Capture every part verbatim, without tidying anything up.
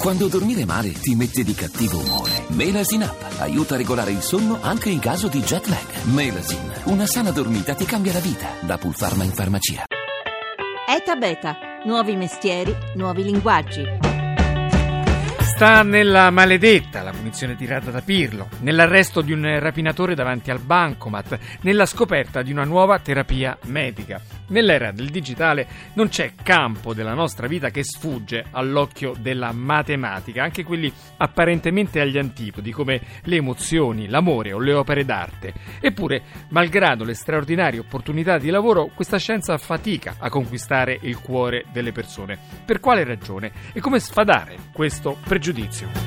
Quando dormire male ti mette di cattivo umore, Melasin Up aiuta a regolare il sonno anche in caso di jet lag. Melasin, una sana dormita ti cambia la vita. Da Pulpharma in farmacia. Eta Beta, nuovi mestieri, nuovi linguaggi. Sta nella maledetta la munizione tirata da Pirlo, nell'arresto di un rapinatore davanti al bancomat, nella scoperta di una nuova terapia medica. Nell'era del digitale non c'è campo della nostra vita che sfugge all'occhio della matematica, anche quelli apparentemente agli antipodi, come le emozioni, l'amore o le opere d'arte. Eppure, malgrado le straordinarie opportunità di lavoro, questa scienza fatica a conquistare il cuore delle persone. Per quale ragione? E come sfadare questo pregiudizio?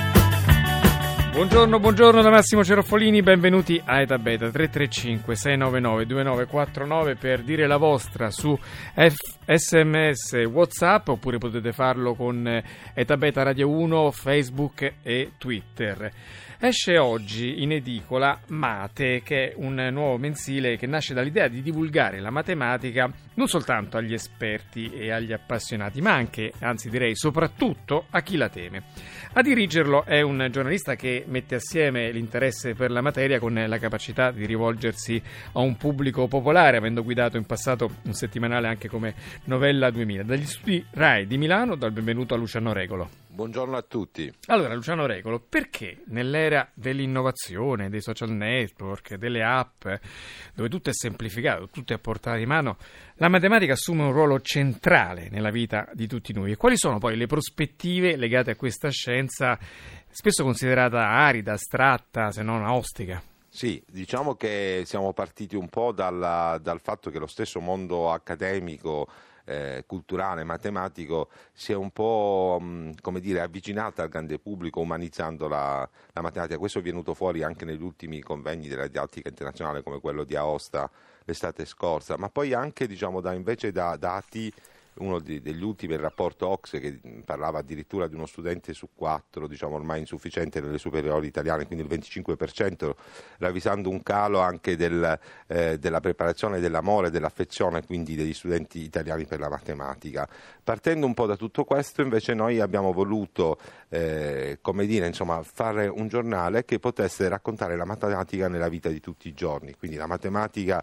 Buongiorno, buongiorno da Massimo Cerofolini, benvenuti a Eta Beta. Tre tre cinque sei nove nove due nove quattro nove per dire la vostra su F- sms WhatsApp, oppure potete farlo con Eta Beta Radio uno, Facebook e Twitter. Esce oggi in edicola Mate, che è un nuovo mensile che nasce dall'idea di divulgare la matematica non soltanto agli esperti e agli appassionati, ma anche, anzi direi soprattutto, a chi la teme. A dirigerlo è un giornalista che mette assieme l'interesse per la materia con la capacità di rivolgersi a un pubblico popolare, avendo guidato in passato un settimanale anche come Novella duemila. Dagli studi RAI di Milano, dal benvenuto a Luciano Regolo. Buongiorno a tutti. Allora, Luciano Regolo, perché nell'era dell'innovazione, dei social network, delle app, dove tutto è semplificato, tutto è a portata di mano, la matematica assume un ruolo centrale nella vita di tutti noi? E quali sono poi le prospettive legate a questa scienza, spesso considerata arida, astratta, se non ostica? Sì, diciamo che siamo partiti un po' dal, dal fatto che lo stesso mondo accademico, Eh, culturale, matematico si è un po' mh, come dire avvicinato al grande pubblico, umanizzando la, la matematica. Questo è venuto fuori anche negli ultimi convegni della didattica internazionale, come quello di Aosta l'estate scorsa, ma poi anche diciamo da invece da dati. Uno di, degli ultimi è il rapporto O C S E, che parlava addirittura di uno studente su quattro, diciamo ormai insufficiente nelle superiori italiane, quindi il venticinque per cento, ravvisando un calo anche del, eh, della preparazione, dell'amore, dell'affezione quindi degli studenti italiani per la matematica. Partendo un po' da tutto questo, invece noi abbiamo voluto eh, come dire, insomma, fare un giornale che potesse raccontare la matematica nella vita di tutti i giorni, quindi la matematica,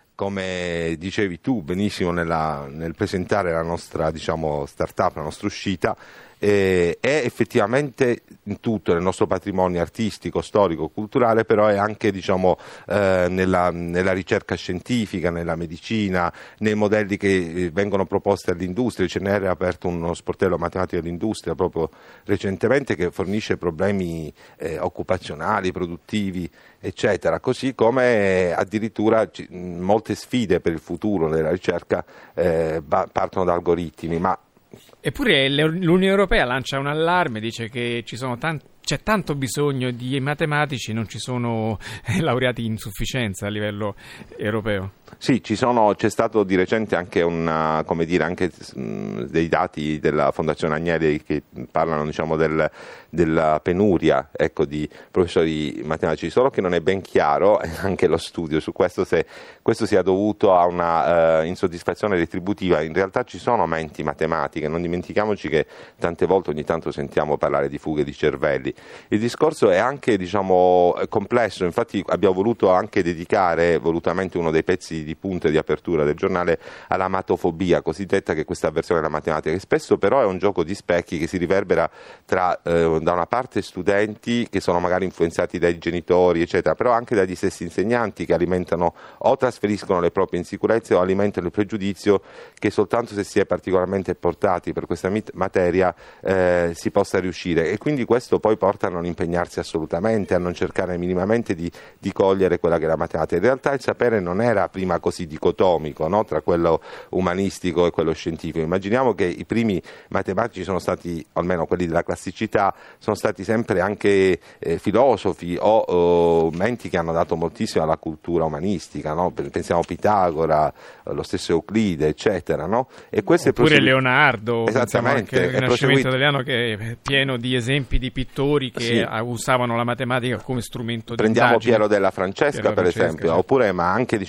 come dicevi tu benissimo nella, nel presentare la nostra diciamo startup, la nostra uscita, eh, è effettivamente in tutto nel nostro patrimonio artistico, storico, culturale, però è anche diciamo eh, nella, nella ricerca scientifica, nella medicina, nei modelli che vengono proposti all'industria. Il C N R ha aperto uno sportello matematico dell'industria proprio recentemente, che fornisce problemi eh, occupazionali, produttivi, eccetera, così come addirittura molte sfide per il futuro della ricerca eh, partono da algoritmi. Ma eppure l'Unione Europea lancia un allarme, dice che ci sono tanti c'è tanto bisogno di matematici, non ci sono laureati in sufficienza a livello europeo. Sì, ci sono, c'è stato di recente anche una, come dire, anche mh, dei dati della Fondazione Agnelli che parlano diciamo del, della penuria ecco, di professori matematici, solo che non è ben chiaro anche lo studio su questo, se questo sia dovuto a una uh, insoddisfazione retributiva. In realtà ci sono menti matematiche, non dimentichiamoci che tante volte ogni tanto sentiamo parlare di fughe di cervelli. Il discorso è anche diciamo complesso, infatti abbiamo voluto anche dedicare volutamente uno dei pezzi di punta e di apertura del giornale alla matofobia cosiddetta, che è questa avversione alla matematica, che spesso però è un gioco di specchi che si riverbera tra eh, da una parte studenti che sono magari influenzati dai genitori eccetera, però anche dagli stessi insegnanti, che alimentano o trasferiscono le proprie insicurezze o alimentano il pregiudizio che soltanto se si è particolarmente portati per questa mit- materia eh, si possa riuscire, e quindi questo poi porta a non impegnarsi assolutamente, a non cercare minimamente di, di cogliere quella che è la matematica. In realtà il sapere non era prima così dicotomico, no? Tra quello umanistico e quello scientifico. Immaginiamo che i primi matematici sono stati, almeno quelli della classicità, sono stati sempre anche eh, filosofi o, o menti che hanno dato moltissimo alla cultura umanistica, no? Pensiamo a Pitagora, lo stesso Euclide, eccetera, no? E questo oppure è prosegu- Leonardo, esattamente, anche il Rinascimento proseguito- italiano, che è pieno di esempi di pittori che sì. usavano la matematica come strumento di Prendiamo indagine. Piero della Francesca Piero per Francesca, esempio, certo. oppure ma anche diciamo anche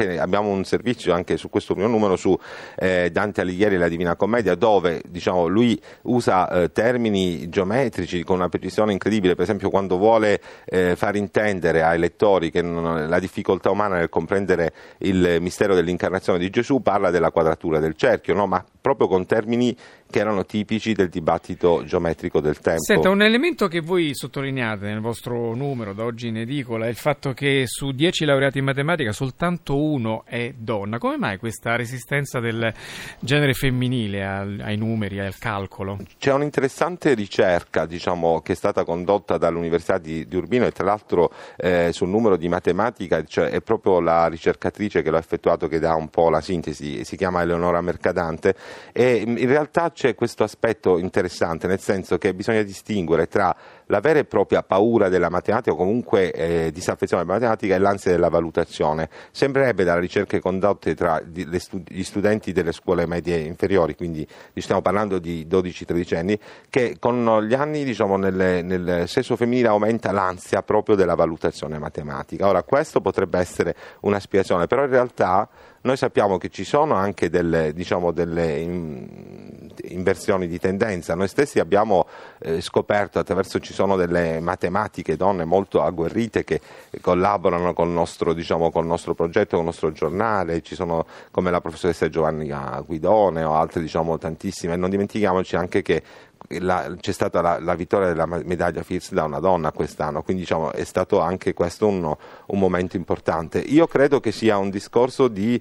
anche, abbiamo un servizio anche su questo primo numero su eh, Dante Alighieri e la Divina Commedia, dove diciamo lui usa eh, termini geometrici con una precisione incredibile. Per esempio, quando vuole eh, far intendere ai lettori che non, la difficoltà umana nel comprendere il mistero dell'incarnazione di Gesù, parla della quadratura del cerchio, no? Ma proprio con termini che erano tipici del dibattito geometrico del tempo. Senta, un elemento che voi sottolineate nel vostro numero da oggi in edicola è il fatto che su dieci laureati in matematica soltanto uno è donna. Come mai questa resistenza del genere femminile al, ai numeri, al calcolo? C'è un'interessante ricerca, diciamo, che è stata condotta dall'Università di, di Urbino, e tra l'altro eh, sul numero di matematica, cioè è proprio la ricercatrice che l'ha effettuato che dà un po' la sintesi, si chiama Eleonora Mercadante, e in realtà c'è questo aspetto interessante, nel senso che bisogna distinguere tra la vera e propria paura della matematica, o comunque eh, disaffezione alla matematica, e l'ansia della valutazione. Sembrerebbe dalle ricerche condotte tra gli studenti delle scuole medie inferiori, quindi stiamo parlando di dodici tredici anni, che con gli anni, diciamo, nel, nel sesso femminile aumenta l'ansia proprio della valutazione matematica. Ora, questo potrebbe essere una spiegazione, però in realtà noi sappiamo che ci sono anche delle, diciamo, delle in, inversioni di tendenza. Noi stessi abbiamo eh, scoperto attraverso, ci sono delle matematiche donne molto agguerrite che collaborano con il nostro, diciamo, con il nostro progetto, con il nostro giornale, ci sono come la professoressa Giovanna Guidone o altre, diciamo, tantissime. E non dimentichiamoci anche che La, c'è stata la, la vittoria della medaglia Fields da una donna quest'anno, quindi diciamo è stato anche questo un, un momento importante. Io credo che sia un discorso di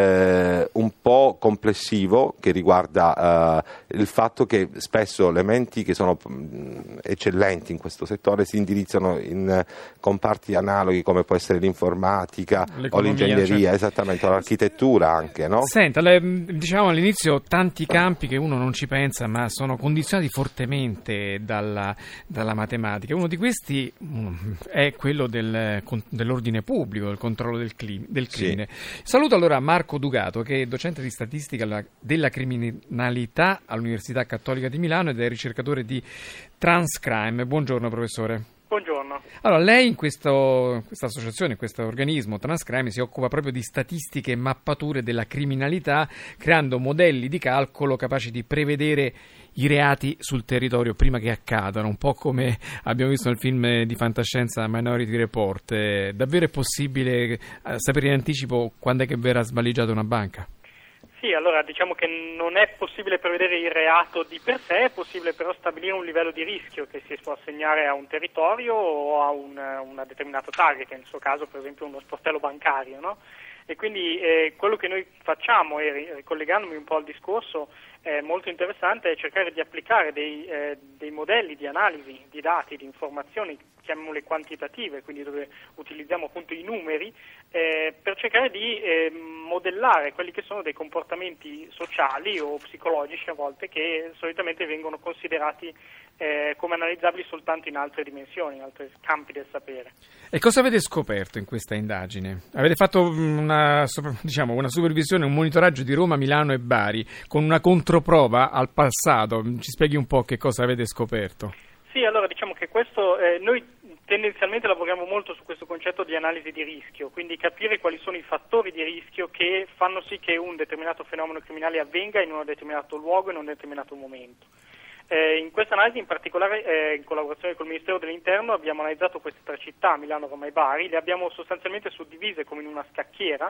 eh, un po' complessivo, che riguarda eh, il fatto che spesso le menti che sono mh, eccellenti in questo settore si indirizzano in comparti analoghi, come può essere l'informatica o l'ingegneria, cioè, esattamente, o l'architettura anche, no? Senta, le, diciamo all'inizio tanti campi che uno non ci pensa, ma sono condizionati fortemente dalla, dalla matematica. Uno di questi um, è quello del, dell'ordine pubblico, del controllo del, clim, del crimine. Sì. Saluto allora Marco Dugato, che è docente di statistica della criminalità all'Università Cattolica di Milano ed è ricercatore di Transcrime. Buongiorno professore. Buongiorno. Allora, lei in questo, questa associazione, in questo organismo Transcrime, si occupa proprio di statistiche e mappature della criminalità, creando modelli di calcolo capaci di prevedere i reati sul territorio prima che accadano, un po' come abbiamo visto nel film di fantascienza Minority Report. Eh, davvero è possibile eh, sapere in anticipo quando è che verrà svaligiata una banca? Sì, allora diciamo che non è possibile prevedere il reato di per sé, è possibile però stabilire un livello di rischio che si può assegnare a un territorio o a un, una determinata target, che nel suo caso per esempio uno sportello bancario, no? E quindi eh, quello che noi facciamo, e ricollegandomi un po' al discorso, eh, molto interessante, è cercare di applicare dei, eh, dei modelli di analisi di dati, di informazioni, chiamiamole quantitative, quindi dove utilizziamo appunto i numeri, eh, per cercare di eh, modellare quelli che sono dei comportamenti sociali o psicologici a volte che solitamente vengono considerati eh, come analizzabili soltanto in altre dimensioni, in altri campi del sapere. E cosa avete scoperto in questa indagine? Avete fatto una, diciamo, una supervisione, un monitoraggio di Roma, Milano e Bari con una controprova al passato. Ci spieghi un po' che cosa avete scoperto? Sì, allora diciamo che questo eh, noi tendenzialmente lavoriamo molto su questo concetto di analisi di rischio, quindi capire quali sono i fattori di rischio che fanno sì che un determinato fenomeno criminale avvenga in un determinato luogo, in un determinato momento. Eh, in questa analisi in particolare, eh, in collaborazione col Ministero dell'Interno, abbiamo analizzato queste tre città, Milano, Roma e Bari, le abbiamo sostanzialmente suddivise come in una scacchiera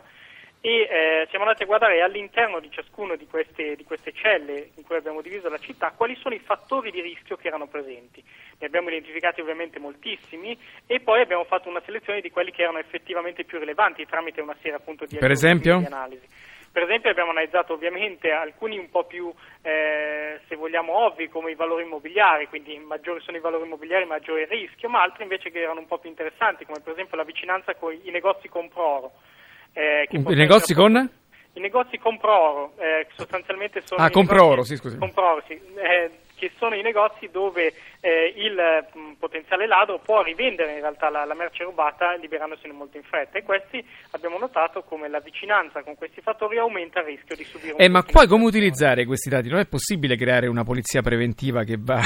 e eh, siamo andati a guardare all'interno di ciascuna di queste, di queste celle in cui abbiamo diviso la città quali sono i fattori di rischio che erano presenti. Ne abbiamo identificati ovviamente moltissimi e poi abbiamo fatto una selezione di quelli che erano effettivamente più rilevanti tramite una serie appunto di, per esempio? di analisi. Per esempio abbiamo analizzato ovviamente alcuni un po' più, eh, se vogliamo, ovvi come i valori immobiliari, quindi maggiori sono i valori immobiliari maggiore il rischio, ma altri invece che erano un po' più interessanti, come per esempio la vicinanza con i negozi compro-oro. Eh, I negozi con? I negozi compro-oro, eh, sostanzialmente sono... Ah, compro-oro, sì, scusi. Compro-oro, sì, eh, che sono i negozi dove eh, il mh, potenziale ladro può rivendere in realtà la, la merce rubata liberandosene molto in fretta, e questi abbiamo notato come la vicinanza con questi fattori aumenta il rischio di subire un... Eh, ma poi come utilizzare questi dati? Non è possibile creare una polizia preventiva che va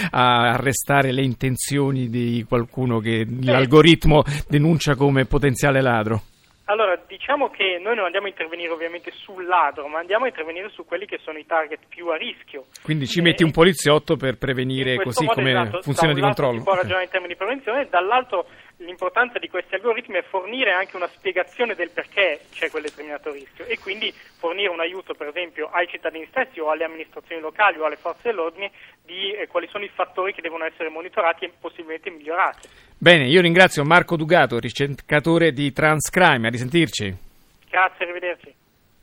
a arrestare le intenzioni di qualcuno che eh. l'algoritmo denuncia come potenziale ladro? Allora, diciamo che noi non andiamo a intervenire ovviamente sul ladro, ma andiamo a intervenire su quelli che sono i target più a rischio. Quindi ci metti un poliziotto per prevenire così modo, come esatto, funzione di controllo. Si può ragionare in termini di prevenzione, dall'altro l'importanza di questi algoritmi è fornire anche una spiegazione del perché c'è quel determinato rischio e quindi fornire un aiuto per esempio ai cittadini stessi o alle amministrazioni locali o alle forze dell'ordine di eh, quali sono i fattori che devono essere monitorati e possibilmente migliorati. Bene, io ringrazio Marco Dugato, ricercatore di Transcrime, a risentirci. Grazie, arrivederci.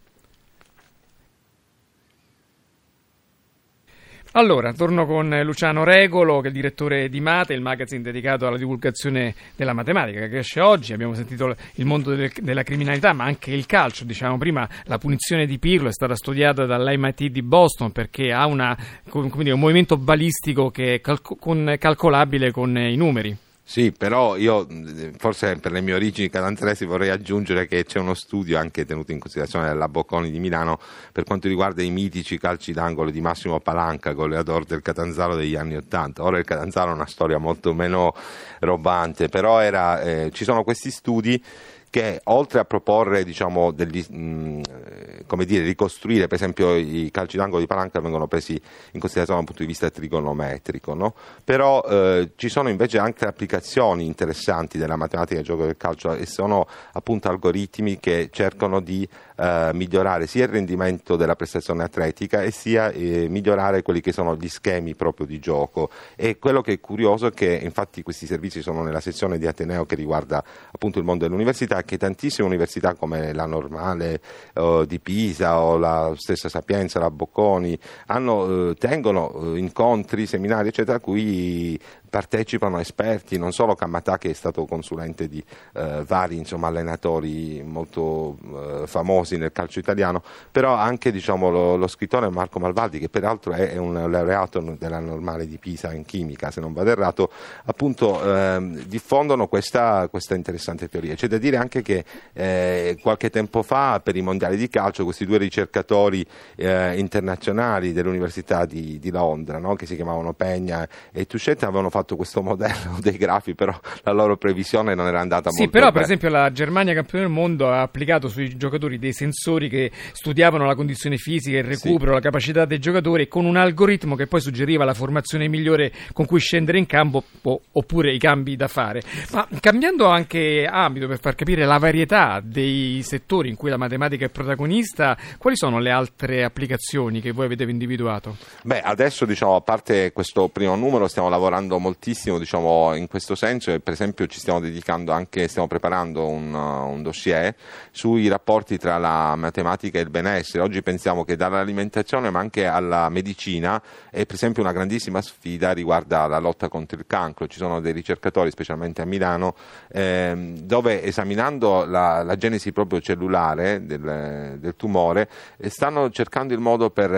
Allora, torno con Luciano Regolo, che è il direttore di Mate, il magazine dedicato alla divulgazione della matematica che esce oggi. Abbiamo sentito il mondo del, della criminalità, ma anche il calcio. Diciamo prima, la punizione di Pirlo è stata studiata dall'M I T di Boston perché ha una, come dire, un movimento balistico che è calco, con, calcolabile con i numeri. Sì, però io forse per le mie origini catanzaresi vorrei aggiungere che c'è uno studio anche tenuto in considerazione dalla Bocconi di Milano per quanto riguarda i mitici calci d'angolo di Massimo Palanca, goleador del Catanzaro degli anni Ottanta. Ora il Catanzaro ha una storia molto meno robante, però era, eh, ci sono questi studi che oltre a proporre, diciamo, degli, mh, come dire, ricostruire, per esempio i calci d'angolo di Palanca vengono presi in considerazione dal punto di vista trigonometrico, no? Però eh, ci sono invece anche applicazioni interessanti della matematica del gioco del calcio e sono appunto algoritmi che cercano di eh, migliorare sia il rendimento della prestazione atletica e sia eh, migliorare quelli che sono gli schemi proprio di gioco. E quello che è curioso è che infatti questi servizi sono nella sezione di Ateneo che riguarda appunto il mondo dell'università, che tantissime università come la Normale eh, di Pisa o la stessa Sapienza, la Bocconi hanno, eh, tengono eh, incontri, seminari eccetera a cui partecipano esperti, non solo Cammatà che è stato consulente di eh, vari insomma, allenatori molto eh, famosi nel calcio italiano, però anche diciamo, lo, lo scrittore Marco Malvaldi che peraltro è, è un laureato della Normale di Pisa in chimica se non vado errato, appunto eh, diffondono questa, questa interessante teoria. C'è da dire anche che eh, qualche tempo fa per i mondiali di calcio questi due ricercatori eh, internazionali dell'Università di, di Londra, no? Che si chiamavano Pegna e Touchette avevano fatto questo modello dei grafi, però la loro previsione non era andata sì, molto però bene. Per esempio la Germania campione del mondo ha applicato sui giocatori dei sensori che studiavano la condizione fisica, il recupero, sì. La capacità dei giocatori con un algoritmo che poi suggeriva la formazione migliore con cui scendere in campo o, oppure i cambi da fare. Ma cambiando anche ambito per far capire la varietà dei settori in cui la matematica è protagonista, quali sono le altre applicazioni che voi avete individuato? Beh, adesso diciamo a parte questo primo numero stiamo lavorando moltissimo diciamo in questo senso e per esempio ci stiamo dedicando anche, stiamo preparando un, un dossier sui rapporti tra la matematica e il benessere. Oggi pensiamo che dall'alimentazione ma anche alla medicina è per esempio una grandissima sfida riguarda la lotta contro il cancro. Ci sono dei ricercatori specialmente a Milano ehm, dove esaminando la, la genesi proprio cellulare del, del tumore stanno cercando il modo per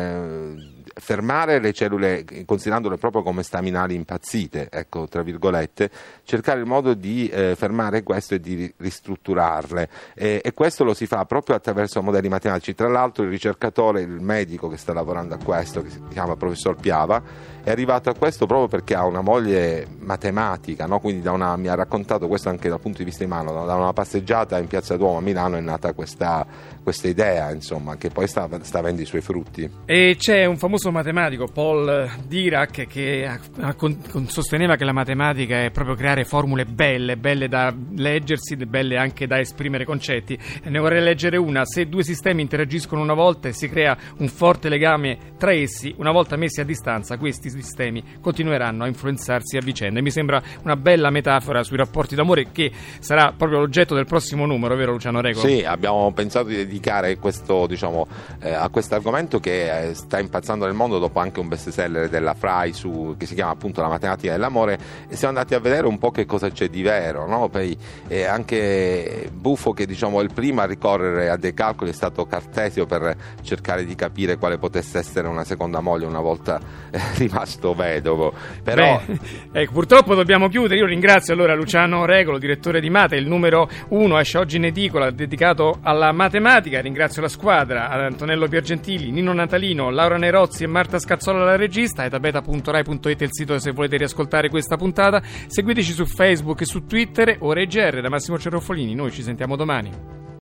eh, fermare le cellule, considerandole proprio come staminali impazzite, ecco, tra virgolette, cercare il modo di eh, fermare questo e di ristrutturarle e, e questo lo si fa proprio attraverso modelli matematici. Tra l'altro il ricercatore, il medico che sta lavorando a questo, che si chiama professor Piava, è arrivato a questo proprio perché ha una moglie matematica, no? Quindi da una, mi ha raccontato questo anche dal punto di vista umano, da una passeggiata in Piazza Duomo a Milano è nata questa, questa idea, insomma, che poi sta, sta avendo i suoi frutti. E c'è un famoso matematico, Paul Dirac, che ha, ha, con, sosteneva che la matematica è proprio creare formule belle, belle da leggersi, belle anche da esprimere concetti. E ne vorrei leggere una: se due sistemi interagiscono una volta e si crea un forte legame tra essi, una volta messi a distanza, questi sistemi continueranno a influenzarsi a vicenda. E mi sembra una bella metafora sui rapporti d'amore che sarà proprio l'oggetto del prossimo numero, vero Luciano Regolo? Sì, abbiamo pensato di dedicare questo, diciamo, eh, a questo argomento che eh, sta impazzando nel mondo dopo anche un bestseller della Fry su, che si chiama appunto La matematica dell'amore, e siamo andati a vedere un po' che cosa c'è di vero, no? Poi è anche buffo che diciamo il primo a ricorrere a dei calcoli è stato Cartesio per cercare di capire quale potesse essere una seconda moglie una volta eh, rimasto vedovo. Però Beh, ecco, purtroppo dobbiamo chiudere. Io ringrazio allora Luciano Regolo, direttore di Mate, il numero uno esce oggi in edicola dedicato alla matematica. Ringrazio la squadra, Antonello Piergentili, Nino Natalino, Laura Nerozzi e Marta Scazzola la regista. etabeta punto rai punto it è il sito se volete riascoltare questa puntata. Seguiteci su Facebook e su Twitter. Ora G R da Massimo Cerroffolini. Noi ci sentiamo domani.